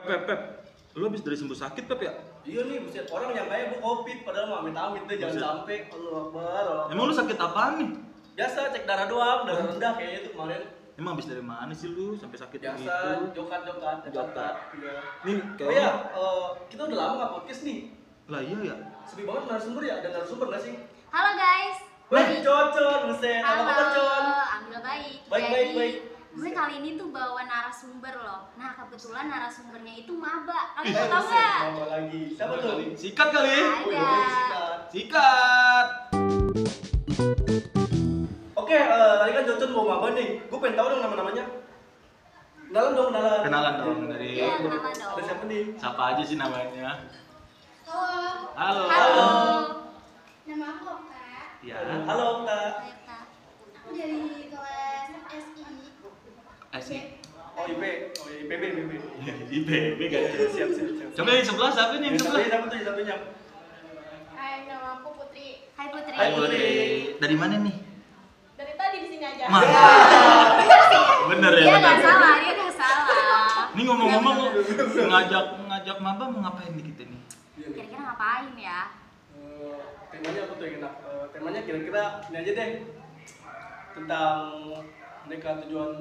Pep. Lu habis dari sembuh sakit, Pep ya? Iya nih, buset, orang yang kayak gua Covid padahal mah amit-amit deh, jangan sampai. Allahu Akbar. Emang lu sakit apaan nih? Biasa cek darah doang, darah rendah kayaknya itu kemarin. Emang habis dari mana sih lu sampai sakit Biasa begitu? jokat. Iya. Nih, Oh iya, kita udah lama nggak podcast nih. Lah iya ya. Sepi banget narasumber ya, ada narasumber nggak sih? Halo guys. Wih, Con, buset. Apa kabar, Con? Alhamdulillah baik. Baik. Gue kali ini tuh bawa narasumber loh. Nah kebetulan narasumbernya itu maba. Kalian mau tahu nggak? Mau lagi. Siapa tuh? Sikat kali. Ada. Sikat. Oke, tadi kan Joncon mau maba nih. Gue pengen tahu dong nama-namanya. Kenalan dong dari Iya, kenalan dong. Ada siapa nih? siapa aja sih namanya? Halo. Halo. Nama aku Okta. Ya. Halo, Kak. Aku dari kelas SI. Asik. Oh, IPB. IPB kan. Siap. Coba yang sebelah siapa nih? Yang sebelah. Siapa tuh yang satunya? Hai, nama aku Putri. Hai Putri. Hai, Putri. Dari mana nih? Dari tadi di sini aja. Bener ya, Dia bener. nggak salah, dia nggak salah. Ini ngomong-ngomong ngajak maba mau ngapain nih kita nih? Kira-kira ngapain ya? Temanya apa tuh yang enak? Temanya kira-kira ini aja deh. Tentang mereka tujuan.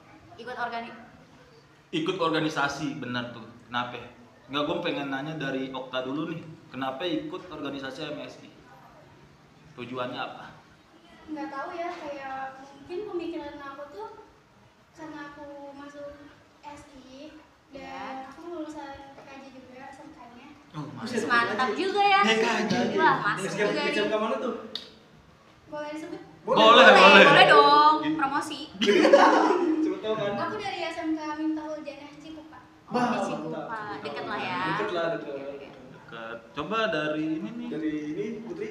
Ikut organisasi, bener tuh. Kenapa? Enggak, gue pengen nanya dari Okta dulu nih. Kenapa ikut organisasi MSI? Tujuannya apa? Nggak tahu ya, kayak mungkin pemikiran aku tuh karena aku masuk SI dan aku lulusan PKJ juga SMK-nya. Oh, Buset. Mantap juga ya. PKJ. Wah, masuk juga nih. SMK mana tuh? Boleh disebut? Boleh dong. Promosi. Coba tahu kan? Aku dari SMK Miftahul Janah Cikupa. Oh, di Cikupa. Deket lah ya. Deket. Dekat. Coba dari ini nih. Dari ini Putri.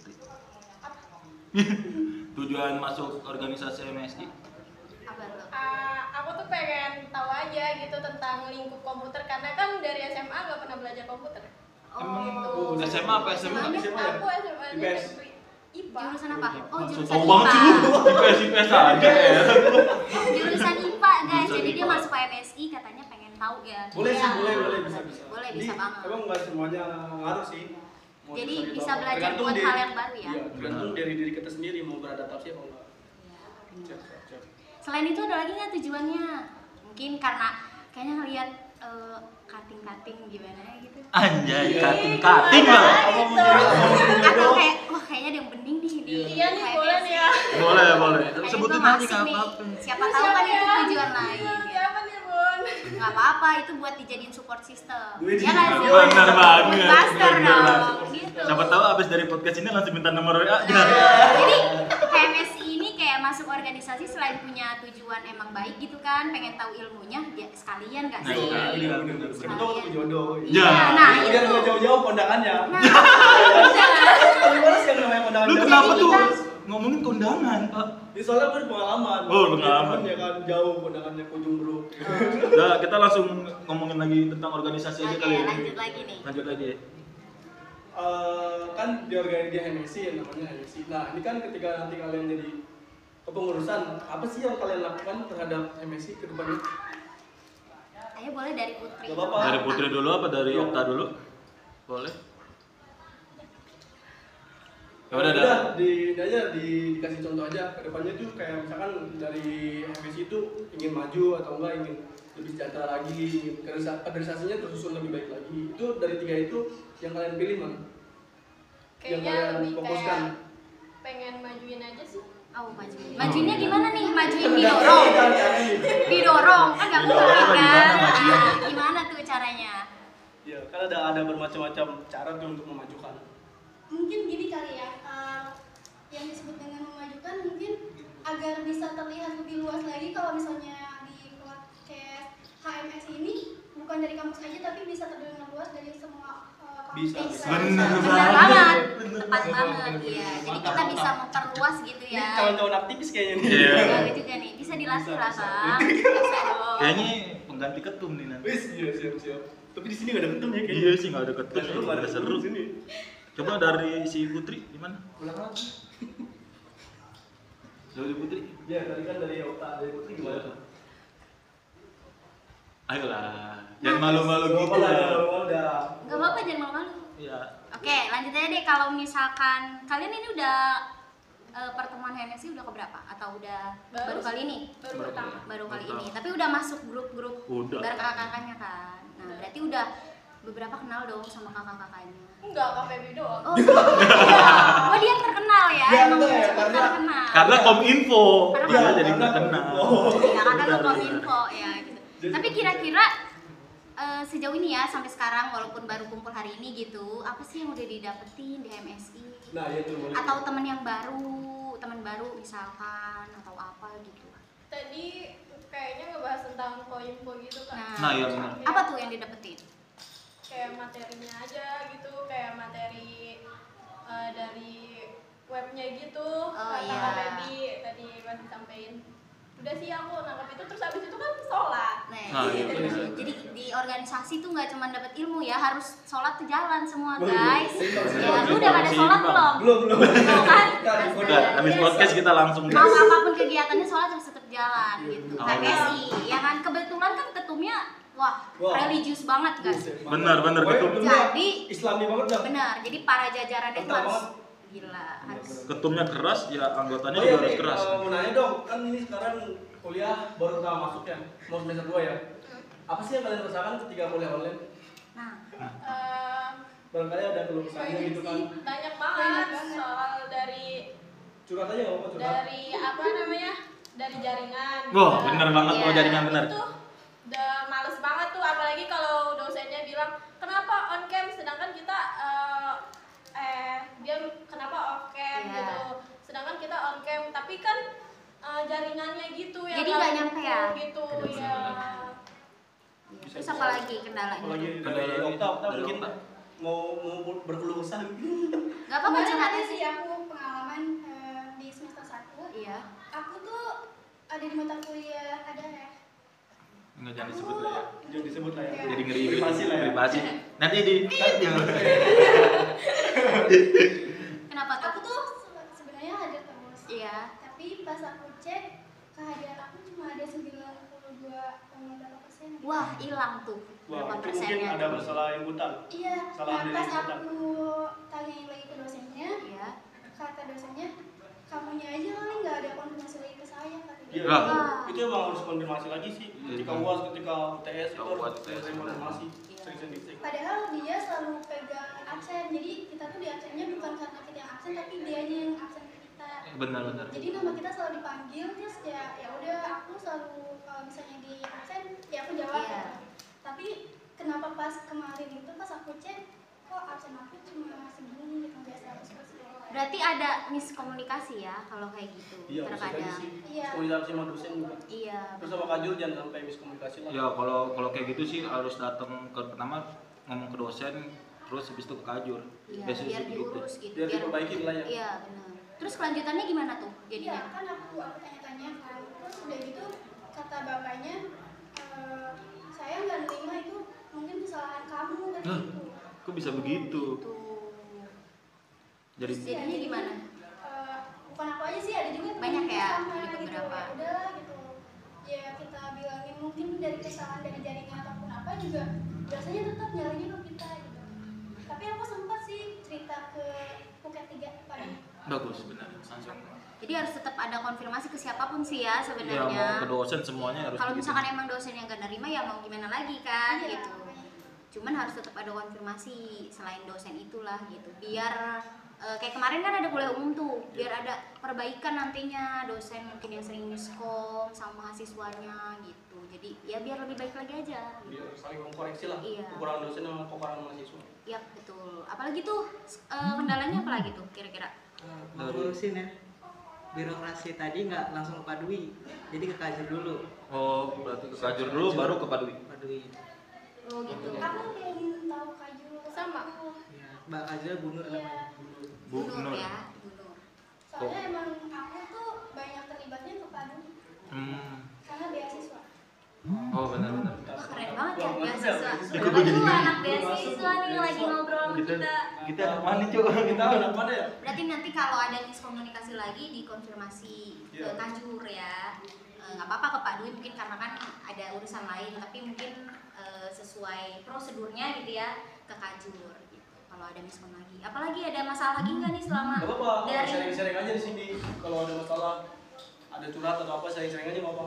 Tujuan masuk organisasi MSI. Apa tuh? Aku tuh pengen tahu aja gitu tentang lingkup komputer karena kan dari SMA nggak pernah belajar komputer. Oh, SMA apa SMA? Aku SMA di IPS. IPA. jurusan apa? Oh, jurusan Tahu banget sih lu. IPA. IPS aja ya. Jurusan IPA guys. Jurusan Jadi dia IPA. masuk MSI katanya pengen tahu ya. Boleh sih, Iya. boleh bisa. Boleh, Jadi, bisa banget. Emang nggak semuanya ngaruh sih. Mau Jadi dicari bisa tahu. belajar Tergantung buat diri- hal yang baru ya. Iya, tergantung dari diri kita sendiri mau beradaptasi apa enggak. Iya. Siap. Selain itu ada lagi nggak tujuannya? Mungkin karena kayaknya ngelihat cutting gimana ya gitu. Anjay, Ih, cutting gimana lah. gitu? Atau kayak wah kayaknya ada yang bening nih di Iya nih, boleh nih ya. Boleh. Kayaknya Sebutin gua aja masuk nggak nih. apa-apa. Siapa tahu kan itu tujuan lain. Iya, ya. siapa nih, Bun? Nggak apa-apa, itu buat dijadiin support system. Wih, Ya nggak sih? bener banget. Master Bener dong, banget. gitu. Siapa tahu abis dari podcast ini langsung minta nomor WA aja. Jadi KMSI ini kayak masuk organisasi selain punya tujuan emang baik gitu kan, pengen tahu ilmunya, ya sekalian nggak sih? Iya, Siapa tahu ketemu jodoh. Iya, Ya. nah Biar itu. nggak jauh-jauh kondangannya. Nah, udah. Gimana sih yang namanya kondangan? Lu jauh? kenapa Jadi tuh kita- ngomongin kondangan? Ini soalnya gue ada pengalaman. Oh, pengalaman. Ya kan jauh kondangannya ke ujung bro. Udah, kita langsung ngomongin lagi tentang organisasi aja Oke, kali ya. lanjut lagi nih. Lanjut lagi. Kan di organisasi MSI ya namanya MSI. Nah ini kan ketika nanti kalian jadi kepengurusan, apa sih yang kalian lakukan terhadap MSI ke depannya? Ayo boleh dari Putri. Gak apa-apa. Dari Putri dulu apa dari Iya. Okta dulu? Boleh. Ya Udah, udah. dikasih contoh aja ke depannya tuh kayak misalkan dari MSI itu ingin maju atau enggak ingin lebih sejahtera lagi, ingin kaderisasinya tersusun lebih baik lagi. Itu dari tiga itu yang kalian pilih mana? Yang Kayaknya kalian lebih fokuskan. kayak pengen majuin aja sih. Oh, majuin. Majuinnya gimana nih? Majuin Kan didorong. ada caranya. Didorong kan nggak Didorong mungkin apa kan? gimana majuinnya? Nah, gimana tuh caranya? Iya, kan ada bermacam-macam cara tuh untuk memajukan. Mungkin gini kali ya, yang disebut dengan memajukan mungkin agar bisa terlihat lebih luas lagi kalau misalnya di podcast HMS ini bukan dari kampus aja tapi bisa terdengar luas dari semua kampus. Bisa. Bener Benar banget. Tepat banget ya. Jadi kita bisa memperluas gitu Ini ya. calon-calon aktivis kayaknya nih. Iya. Bagus juga nih. Bisa dilatih lah, Bisa. Bang. Bisa dong. Kayaknya pengganti ketum nih nanti. Wis, iya siap. Tapi di sini nggak ada ketum ya kayaknya. Iya sih nggak ada ketum. Seru, nggak ada Seru. ketum di sini. Coba dari si Putri gimana? Ulang. Dari Putri. Ya, tadi kan dari Okta, dari Putri gimana tuh? Ayolah, jangan malu-malu gitu Apa lah, lah. udah. Nggak apa-apa, jangan malu-malu. Iya. Oke, lanjut aja deh. Kalau misalkan kalian ini udah pertemuan HMSI udah keberapa? Atau udah baru kali ini? Baru pertama. Baru kali Pertama. ini. Tapi udah masuk grup-grup Udah. bareng kakak-kakaknya kan? Nah, berarti udah beberapa kenal dong sama kakak-kakaknya. Enggak, Kak Feby doang. Oh, iya. Oh, dia terkenal ya? Iya, Emang betul ya, cukup karena- terkenal. Karena kominfo, Karena dia kominfo. jadi terkenal. Ya, karena lu kominfo ya gitu. Tapi kira-kira sejauh ini ya sampai sekarang walaupun baru kumpul hari ini gitu, apa sih yang udah didapetin di HMSI? Nah, ya itu boleh. Atau teman yang baru, teman baru misalkan atau apa gitu. Tadi kayaknya ngebahas tentang koinfo gitu kan. Nah, iya benar. Apa tuh yang didapetin? Kayak materinya aja gitu, kayak materi dari webnya gitu. Oh, kata iya. Kak Feby tadi pas disampaikan. Udah sih aku nangkep itu, terus habis itu kan sholat. Nah, iya, bener. Jadi di organisasi tuh nggak cuma dapat ilmu ya, harus sholat tuh jalan semua Belum. guys. Belum. Ya, lu udah pada sholat belum? Belum. Belum kan? Udah, habis podcast kita langsung Mau apapun kegiatannya sholat harus tetap jalan gitu. Oh. KPSI, ya kan? Kebetulan kan ketumnya wah religius banget kan? Benar, ketum. Jadi- Islami banget dah. Benar. Jadi para jajarannya tuh Ketat harus banget. gila, harus Ketumnya keras, ya anggotanya Oh juga iya harus nih, keras. mau nanya dong, kan ini sekarang kuliah baru pertama masuk ya, mau semester 2 ya. Apa sih yang kalian rasakan ketika kuliah online? nah, Barangkali ada keluh kesahnya Banyak gitu kan. sih, banyak banget Banyak banget. soal dari Curhat aja nggak apa-apa curhat. apa namanya, dari jaringan. Wah, juga. bener banget Iya. kalau jaringan bener. Itu udah males banget tuh, apalagi kalau dosennya bilang kenapa on cam sedangkan kita dia kenapa off cam Iya. gitu, sedangkan kita on cam tapi kan jaringannya gitu yang Jadi nggak nyampe ya? gitu Bener, ya. terus apa lagi kendalanya? Apalagi Kendala dari lagi. Okta Dari mungkin Okta. mau berkeluh kesah. Gak apa-apa Kemarin curhat ada sih. sih aku pengalaman di semester 1. Iya. Aku tuh ada di mata kuliah ada ya. Enggak, jangan disebut lah ya. Jangan disebut lah ya. Iya. Jadi ngeri Privasi lah ya. Privasi. Nanti di Kenapa tuh? Aku tuh sebenarnya hadir terus. Iya. Tapi pas aku cek kehadiran aku cuma ada 92,8%. Wah, hilang tuh Wah, berapa itu mungkin persennya? ada masalah inputan. Iya. Salah Nah, ambil pas inputan. aku tanyain lagi ke dosennya, Iya. kata dosennya, kamunya aja kali nggak ada konfirmasi lagi ke saya kata dia. Iya, Lah. itu emang harus konfirmasi lagi sih. Ketika UAS, ketika UTS itu Ketika harus UTS. konfirmasi. Iya. Sering-sering dicek. Padahal dia selalu pegang absen, jadi kita tuh di absennya bukan karena kita yang absen, tapi dianya yang absen ke kita. benar-benar. Jadi nama kita selalu dipanggil, terus ya udah aku selalu kalau misalnya di absen, ya aku jawab. Iya. Tapi kenapa pas kemarin itu pas aku cek, kok absen aku cuma segini gitu, nggak 100%. Berarti ada miskomunikasi ya kalau kayak gitu Iya, bisa jadi terkadang. sih. Iya. Komunikasi sama dosen juga. Iya. Terus sama Kajul jangan sampai miskomunikasi lah. Ya kalau kayak gitu sih harus datang ke pertama ngomong ke dosen, terus habis itu ke kajur. Iya, Biasanya biar sih begitu. diurus gitu. Biar diperbaiki lah ya. Iya, benar. Terus kelanjutannya gimana tuh Iya, jadinya? kan aku tanya-tanya kan, terus udah gitu kata bapaknya, saya nggak nerima itu mungkin kesalahan kamu kan Hah? gitu. Kok bisa begitu? Gitu. Jadi Terus jadinya gimana? Bukan aku aja sih, ada juga temen Banyak yang ya, sama ada gitu. beberapa. Ya udah gitu, ya kita bilangin mungkin dari kesalahan dari jaringan ataupun apa juga biasanya tetap nyalahnya ke kita gitu. Tapi aku sempat sih cerita ke Puket 3 pada bagus benar. Langsung. Jadi harus tetap ada konfirmasi ke siapapun sih ya Ya sebenarnya. mau ke dosen semuanya harus. Kalau begitu. misalkan emang dosen yang gak nerima ya mau gimana lagi kan Iya, gitu. makanya. Cuman harus tetap ada konfirmasi selain dosen itulah gitu. Biar kayak kemarin kan ada kuliah umum tuh, biar ada perbaikan nantinya dosen mungkin yang sering miskom sama mahasiswanya gitu. Jadi ya biar lebih baik lagi aja. Gitu. Biar saling mengkoreksi lah Iya. kekurangan dosen sama kekurangan mahasiswa. Iya betul. Apalagi tuh kendalanya apalagi tuh kira-kira? Mau ngurusin ya birokrasi tadi nggak langsung ke Padui, jadi ke Kajur dulu. Oh, berarti ke kajur dulu baru ke Padui. Padui. Oh gitu. Aku pengen tahu Kajul Sama. Ya, Mbak Kajur Bunur namanya. Bu Nur. Ya, Bunur. soalnya emang aku tuh banyak terlibatnya ke Padu karena beasiswa. Oh benar-benar. Wah keren banget ya Wah, beasiswa. beasiswa. Ikut Bapak jadi tuh gini. anak beasiswa nih lagi ngobrol sama kita. Kita anak mana coba Kita anak mana ya? Berarti nanti kalau ada miskomunikasi lagi dikonfirmasi ke Iya. Kajur ya. nggak apa-apa ke Pak Dwi mungkin karena kan ada urusan lain, tapi mungkin sesuai prosedurnya gitu ya ke Kajur gitu. Kalau ada miskom lagi, apalagi ada masalah lagi nggak nih selama Gak apa-apa, dari sharing-sharing aja di sini. Kalau ada masalah, ada curhat atau apa, sharing-sharing aja nggak apa.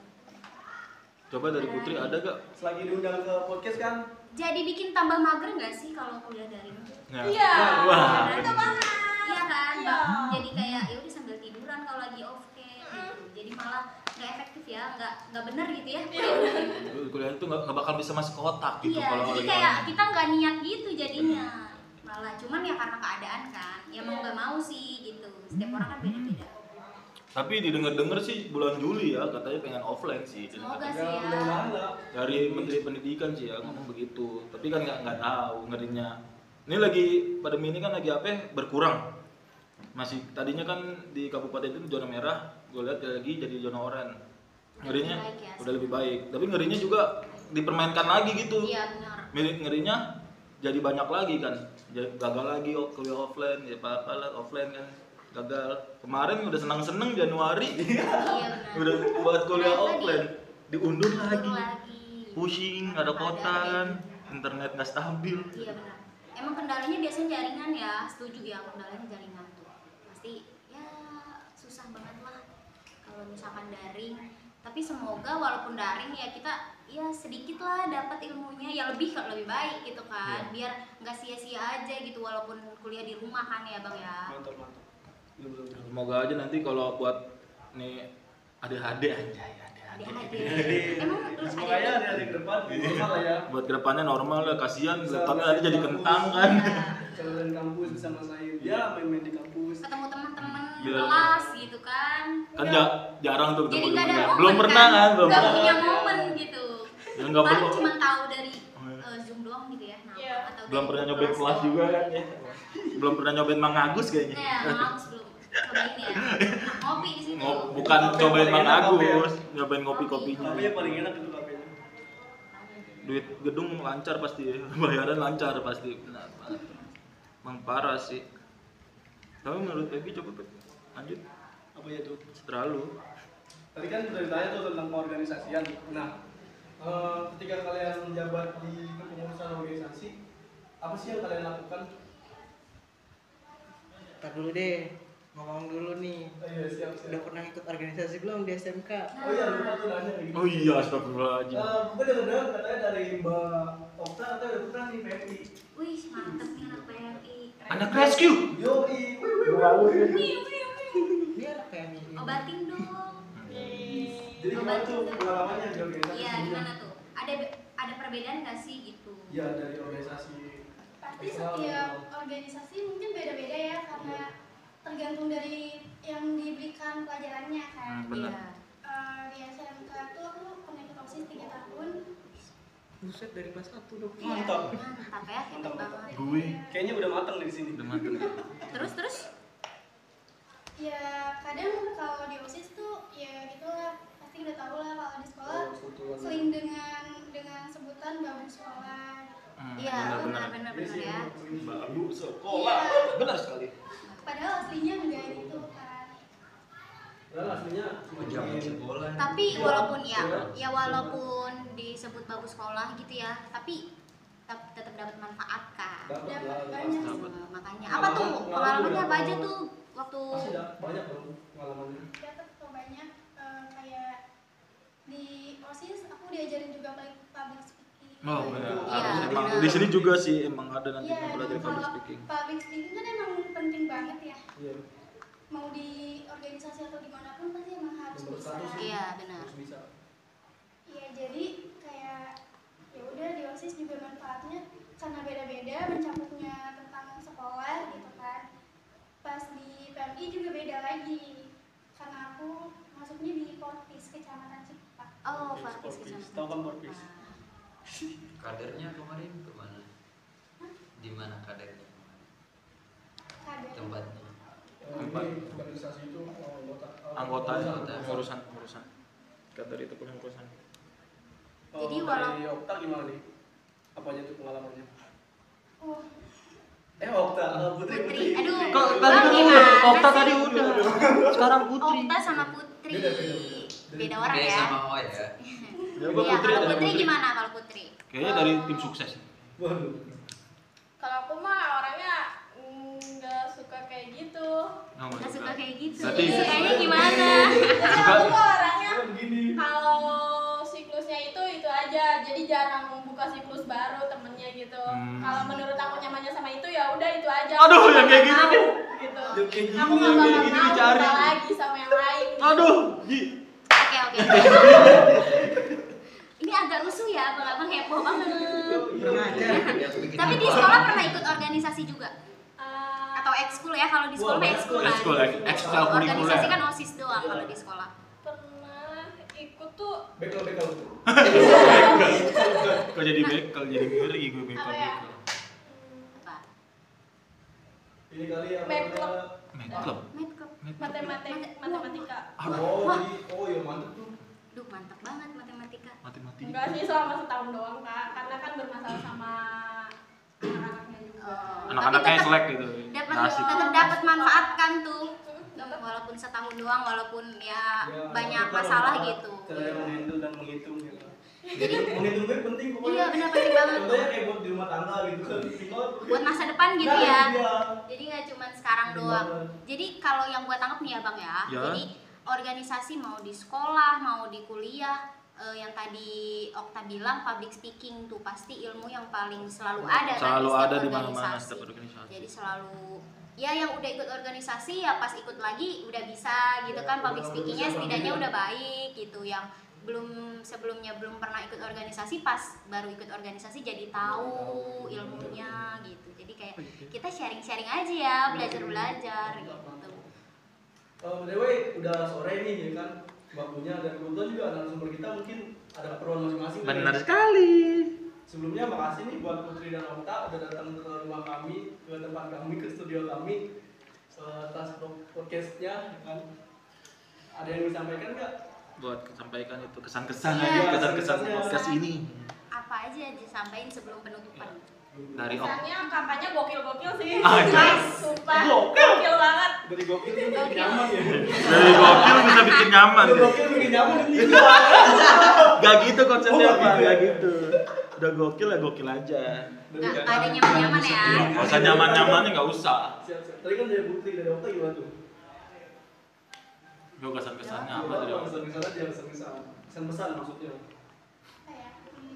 Coba dari Putri ada gak? Selagi diundang ke podcast kan, jadi bikin tambah mager nggak sih kalau kuliah daring? Ya. Iya. Wah. Itu banget. Iya kan, Iya. Bang? Jadi kayak ya udah sambil tiduran kalau lagi off cam gitu. Jadi malah nggak efektif ya, nggak bener gitu ya. Kuliah itu nggak bakal bisa masuk ke otak gitu Iya, kalau jadi lagi kayak online. kita nggak niat gitu jadinya. Malah cuman ya karena keadaan kan, ya mau nggak mau sih gitu. Setiap orang kan beda-beda. Tapi didengar-dengar sih bulan Juli ya katanya pengen offline sih. Semoga ya sih ya. mudah-mudahan lah. Dari Menteri Pendidikan sih ya ngomong begitu. Tapi kan nggak tahu ngerinya. Ini lagi pandemi ini kan lagi apa? Berkurang. Masih tadinya kan di kabupaten itu zona merah, gue lihat lagi jadi zona oranye. Ngerinya Lebih baik ya, udah lebih baik. Tapi ngerinya juga dipermainkan lagi gitu. Iya benar. Ngerinya jadi banyak lagi kan. Jadi gagal lagi kuliah offline, ya apa lah offline kan gagal. Kemarin udah senang-senang Januari. Iya benar. Udah buat kuliah Ternyata offline diundur Undur lagi. lagi. Pusing, ada kotan, internet nggak stabil. Iya benar. Emang kendalanya biasanya jaringan ya, setuju ya kendalanya jaringan tuh. Pasti ya susah banget lah kalau misalkan daring. Tapi semoga walaupun daring ya kita ya sedikit lah dapat ilmunya ya lebih baik gitu kan. Biar nggak sia-sia aja gitu walaupun kuliah di rumah kan ya Bang ya. Mantap, mantap. Betul. Semoga aja nanti kalau buat nih adik-adik aja ya. Adik-adik. Emang lu Semoga ya ada ke depan, normal lah ya. Buat kedepannya normal lah, kasihan Bisa laptopnya nanti jadi kampus. kentang kan. Iya. Jalan kampus bisa masain, ya main-main di kampus. Ketemu teman-teman Biar- kelas gitu kan. Kan jarang tuh Jadi ketemu nggak ada temennya. momen Belum pernah kan, belum nggak pernah. punya momen gitu. Ya, nggak Paling perlu. cuma tahu dari Oh, iya. Zoom doang gitu ya. Nah, Iya. atau Belum dari pernah nyobain kelas kelas doang. juga kan ya. Belum pernah nyobain Mang Agus kayaknya. Nah, maaf belum cobain ya. Nah, ngopi di situ. Bukan Kopi cobain paling Mang enak kopi ya. Agus, nyobain kopi-kopinya. Kafenya paling enak itu kafenya. Duit gedung lancar pasti ya. Bayaran lancar pasti. Benar banget. Emang parah sih. Tapi menurut Egi coba Pep, lanjut. Apa ya tuh? Terlalu. Tadi kan sudah ditanya tuh tentang keorganisasian. Nah, ketika kalian menjabat di kepengurusan organisasi, apa sih yang kalian lakukan? Ntar dulu deh, ngomong dulu nih. Oh iya, siap. Udah pernah ikut organisasi belum di SMK? Oh iya, lupa tuh nanya kayak gitu. Oh iya, astagfirullahaladzim. Gue dengar katanya dari Mbak Okta atau udah pernah nih PMI. Wih, mantep nih anak PMI. Anak rescue. Yoi. Dia anak PMI ini. Obatin dong. Jadi gimana tuh pengalamannya di organisasi? Iya, gimana tuh? Ada perbedaan nggak sih gitu? Iya, dari organisasi. Pasti setiap organisasi mungkin beda-beda ya karena tergantung dari yang diberikan pelajarannya kan. Benar. Iya. Di SMK tuh aku pernah ikut OSIS 3 tahun. Buset dari kelas 1 dong. Iya. Mantap. Mantap ya, hebat banget. Gue Kayaknya udah matang nih di sini. udah mateng. Terus? Ya kadang kalau di OSIS tuh ya gitulah pasti udah tau lah kalau di sekolah sering dengan sebutan babu sekolah. Iya, benar. benar ya. Babu sekolah. Benar sekali. Padahal aslinya enggak gitu kan. Padahal aslinya cuma sekolah. Tapi walaupun walaupun disebut bagus sekolah gitu ya, tapi tetap dapat manfaat kan. dapat Dapat lah. banyak. Dapat. Makanya apa tuh pengalamannya apa aja tuh waktu Pasti banyak dong pengalamannya. Dapat kok banyak kayak di OSIS aku diajarin juga public speaking. Oh benar. Iya, Harus emang benar. di sini juga sih emang ada nanti Iya, mempelajari public kalau speaking. public speaking kan emang penting banget ya. Iya. Mau di organisasi atau dimanapun pasti emang harus Nomor bisa. satu sih. Iya, benar. Harus bisa. Iya, jadi kayak ya udah di OSIS juga manfaatnya karena beda-beda mencaputnya tentang sekolah gitu kan. Pas di PMI juga beda lagi karena aku masuknya di Portis Kecamatan Cipak. Oh, Oke, Farkis Porkis. kecamatan. Tahu kan Porkis? Kadernya kemarin kemana? Di mana kadernya? Kader. Tempatnya? Ini organisasi itu Anggota Anggota. pengurusan. Kata dari itu pengurusan. Jadi dari Okta gimana nih? Apa aja tuh pengalamannya? Oh, Okta, Putri. Putri. Aduh, Kok Bang, tadi kan gimana udah, Okta sih? tadi udah. Sekarang Putri. Okta sama Putri. Beda. beda orang Oke, ya. sama O ya. Ya, gua Iya, Putri kalau ada Putri Putri. gimana kalau Putri? Kayaknya dari tim sukses. Waduh. Kalau aku mah orangnya nggak suka kayak gitu. Oh, Nggak suka kayak gitu. Berarti- Sukanya gimana? Jadi aku mah orangnya Oh, begini. kalau siklusnya itu aja, jadi jarang membuka siklus baru temennya gitu. Kalau menurut aku nyamannya sama itu ya udah itu aja. Aduh, Aku yang nggak kayak gitu mau, nih. gitu. Yang kayak gini, Aku nggak yang bakal kayak gini mau dicari. buka lagi sama yang lain. gitu. Aduh, Ji. Oke. Ini agak rusuh ya, abang-abang heboh banget. Kurang ajar. Tapi di sekolah pernah ikut organisasi juga? Eh, Atau ekskul ya, kalau di sekolah mah ekskul kan? Ekskul, ekstrakurikuler. Organisasi kan OSIS doang kalau di sekolah. pernah ikut tuh Bekel. Kalau jadi bekel, jadi ngeri gue Apa ya? bekel. Apa? Ini kali apa Make namanya? up. Makeup. Makeup. matematika. Oh ya mantep tuh. Duh, mantap banget matematika. Matematika. Enggak sih, selama setahun doang kak, karena kan bermasalah sama anak-anaknya juga. Anak-anaknya Tapi tetep selek gitu. Asik. tetap dapat manfaat kan tuh. Walaupun setahun doang, walaupun ya banyak itu kan masalah cara- gitu. Cara yang menghandle dan menghitung gitu. Jadi Menghitung gue penting pokoknya. iya benar penting banget. Contohnya kayak buat di rumah tangga gitu kan. Buat masa depan gitu Nah, ya. iya. Jadi nggak cuma sekarang Bener doang. banget. Jadi kalau yang gue tangkap nih ya bang ya. Ya. Jadi organisasi mau di sekolah, mau di kuliah, yang tadi Okta bilang public speaking tuh pasti ilmu yang paling selalu ada kan Selalu setiap ada di mana-mana organisasi. setiap organisasi. Jadi selalu ya yang udah ikut organisasi ya pas ikut lagi udah bisa gitu kan public speakingnya setidaknya udah baik gitu. Yang sebelumnya belum pernah ikut organisasi, pas baru ikut organisasi jadi tahu ilmunya gitu. Jadi kayak kita sharing-sharing aja ya, belajar-belajar gitu. By the way, udah sore nih ya kan waktunya, dan kebetulan juga narasumber kita mungkin ada keperluan masing-masing. Benar kan? sekali. Sebelumnya makasih nih buat Putri dan Okta udah datang ke rumah kami, ke tempat kami, ke studio kami atas podcastnya ya kan. Ada yang disampaikan nggak? Buat sampaikan itu kesan-kesan Iya, aja, kesan-kesan kesan-kesannya. podcast ini. Apa aja disampaikan sebelum penutupan? Dari Ok. Kesannya kakaknya gokil-gokil sih. Anjay. Sumpah, gokil banget. Dari gokil itu bikin nyaman ya. Dari gokil bisa bikin nyaman. Dari gokil bikin nyaman ini. Gak gitu konsepnya Oh, Pak, gitu ya? gak gitu. Udah gokil ya gokil aja. Nggak ada nyaman-nyaman ya. Gak usah nyaman-nyamannya gak usah. Siap. Tadi kan dari Putri, dari Okta gimana tuh? Gue kesan-kesannya apa dari Ok? Pesan-pesan aja, pesan-pesan maksudnya. Apa ya?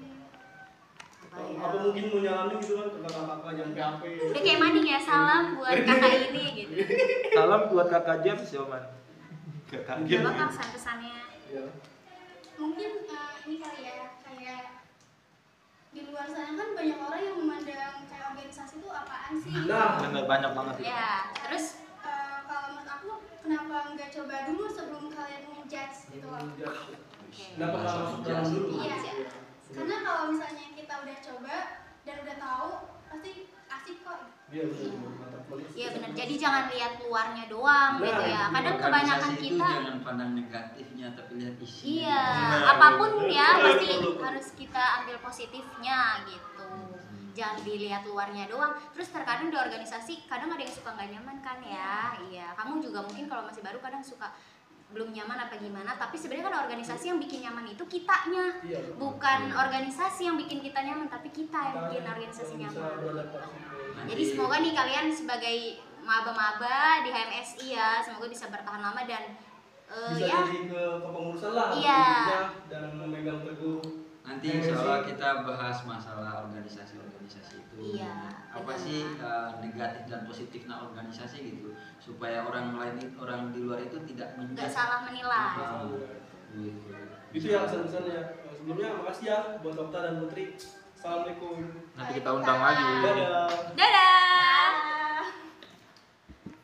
Apa mungkin mau nyaranin gitu kan ke kakak-kakak yang PHP. Udah kayak mading ya, salam buat kakak ini gitu. Salam buat kakak James ya man. Kakak Gak James. bakal pesan-pesannya. Iya. Mungkin ini kali ya, kayak di luar sana kan banyak orang yang memandang kayak organisasi itu apaan sih? Nah, Bener banyak banget. Ya, terus Kalau menurut aku kenapa nggak coba dulu sebelum kalian menjudge gitu loh? kenapa nggak masuk dalam dulu? Iya. Karena kalau misalnya kita udah coba dan udah tahu, pasti asik kok. Iya betul, mantap banget. iya benar. Jadi jangan lihat luarnya doang Nah, gitu ya. Kadang Organisasi kebanyakan itu kita jangan pandang negatifnya tapi lihat isinya. iya, Benar, apapun betul. ya Betul, pasti betul, betul. harus kita ambil positifnya gitu. Jangan dilihat luarnya doang. Terus terkadang di organisasi kadang ada yang suka nggak nyaman kan ya. Iya, kamu juga mungkin kalau masih baru kadang suka belum nyaman apa gimana, tapi sebenarnya kan organisasi yang bikin nyaman itu kitanya. Iya, betul. Bukan organisasi yang bikin kita nyaman, tapi kita yang bikin organisasi Bisa nyaman. beradaptasi. Jadi semoga nih kalian sebagai maba-maba di HMSI ya, semoga bisa bertahan lama dan Bisa ya jadi ke kepengurusan lah Iya. hidupnya, dan memegang teguh. Nanti insya Allah kita bahas masalah organisasi-organisasi itu. Iya, Apa benar. sih negatif dan positifnya organisasi gitu, supaya orang lain, orang di luar itu tidak nggak menjudge. salah menilai. Gitu. Itu ya pesan-pesannya. Sebelumnya makasih ya buat Okta dan Putri. Assalamualaikum. Nanti kita undang lagi. Dadah. Dadah.